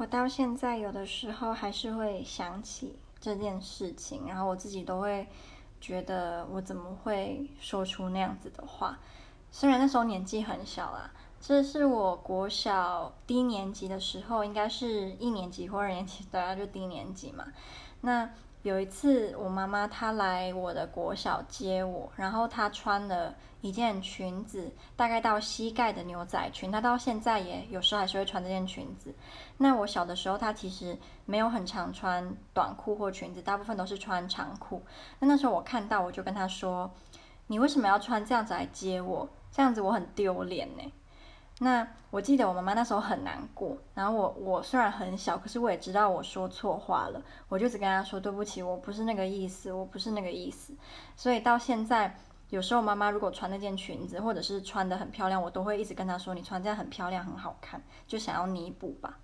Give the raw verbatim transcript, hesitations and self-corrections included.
我到现在有的时候还是会想起这件事情，然后我自己都会觉得我怎么会说出那样子的话。虽然那时候年纪很小啦，这是我国小低年级的时候，应该是一年级或二年级，对啊，就低年级嘛。那有一次，我妈妈她来我的国小接我，然后她穿了一件裙子，大概到膝盖的牛仔裙，她到现在也有时候还是会穿这件裙子。那我小的时候，她其实没有很常穿短裤或裙子，大部分都是穿长裤。那那时候我看到，我就跟她说：“你为什么要穿这样子来接我？这样子我很丢脸呢。”那我记得我妈妈那时候很难过，然后我我虽然很小，可是我也知道我说错话了，我就只跟她说对不起，我不是那个意思，我不是那个意思。所以到现在，有时候妈妈如果穿那件裙子，或者是穿的很漂亮，我都会一直跟她说你穿这样很漂亮，很好看，就想要弥补吧。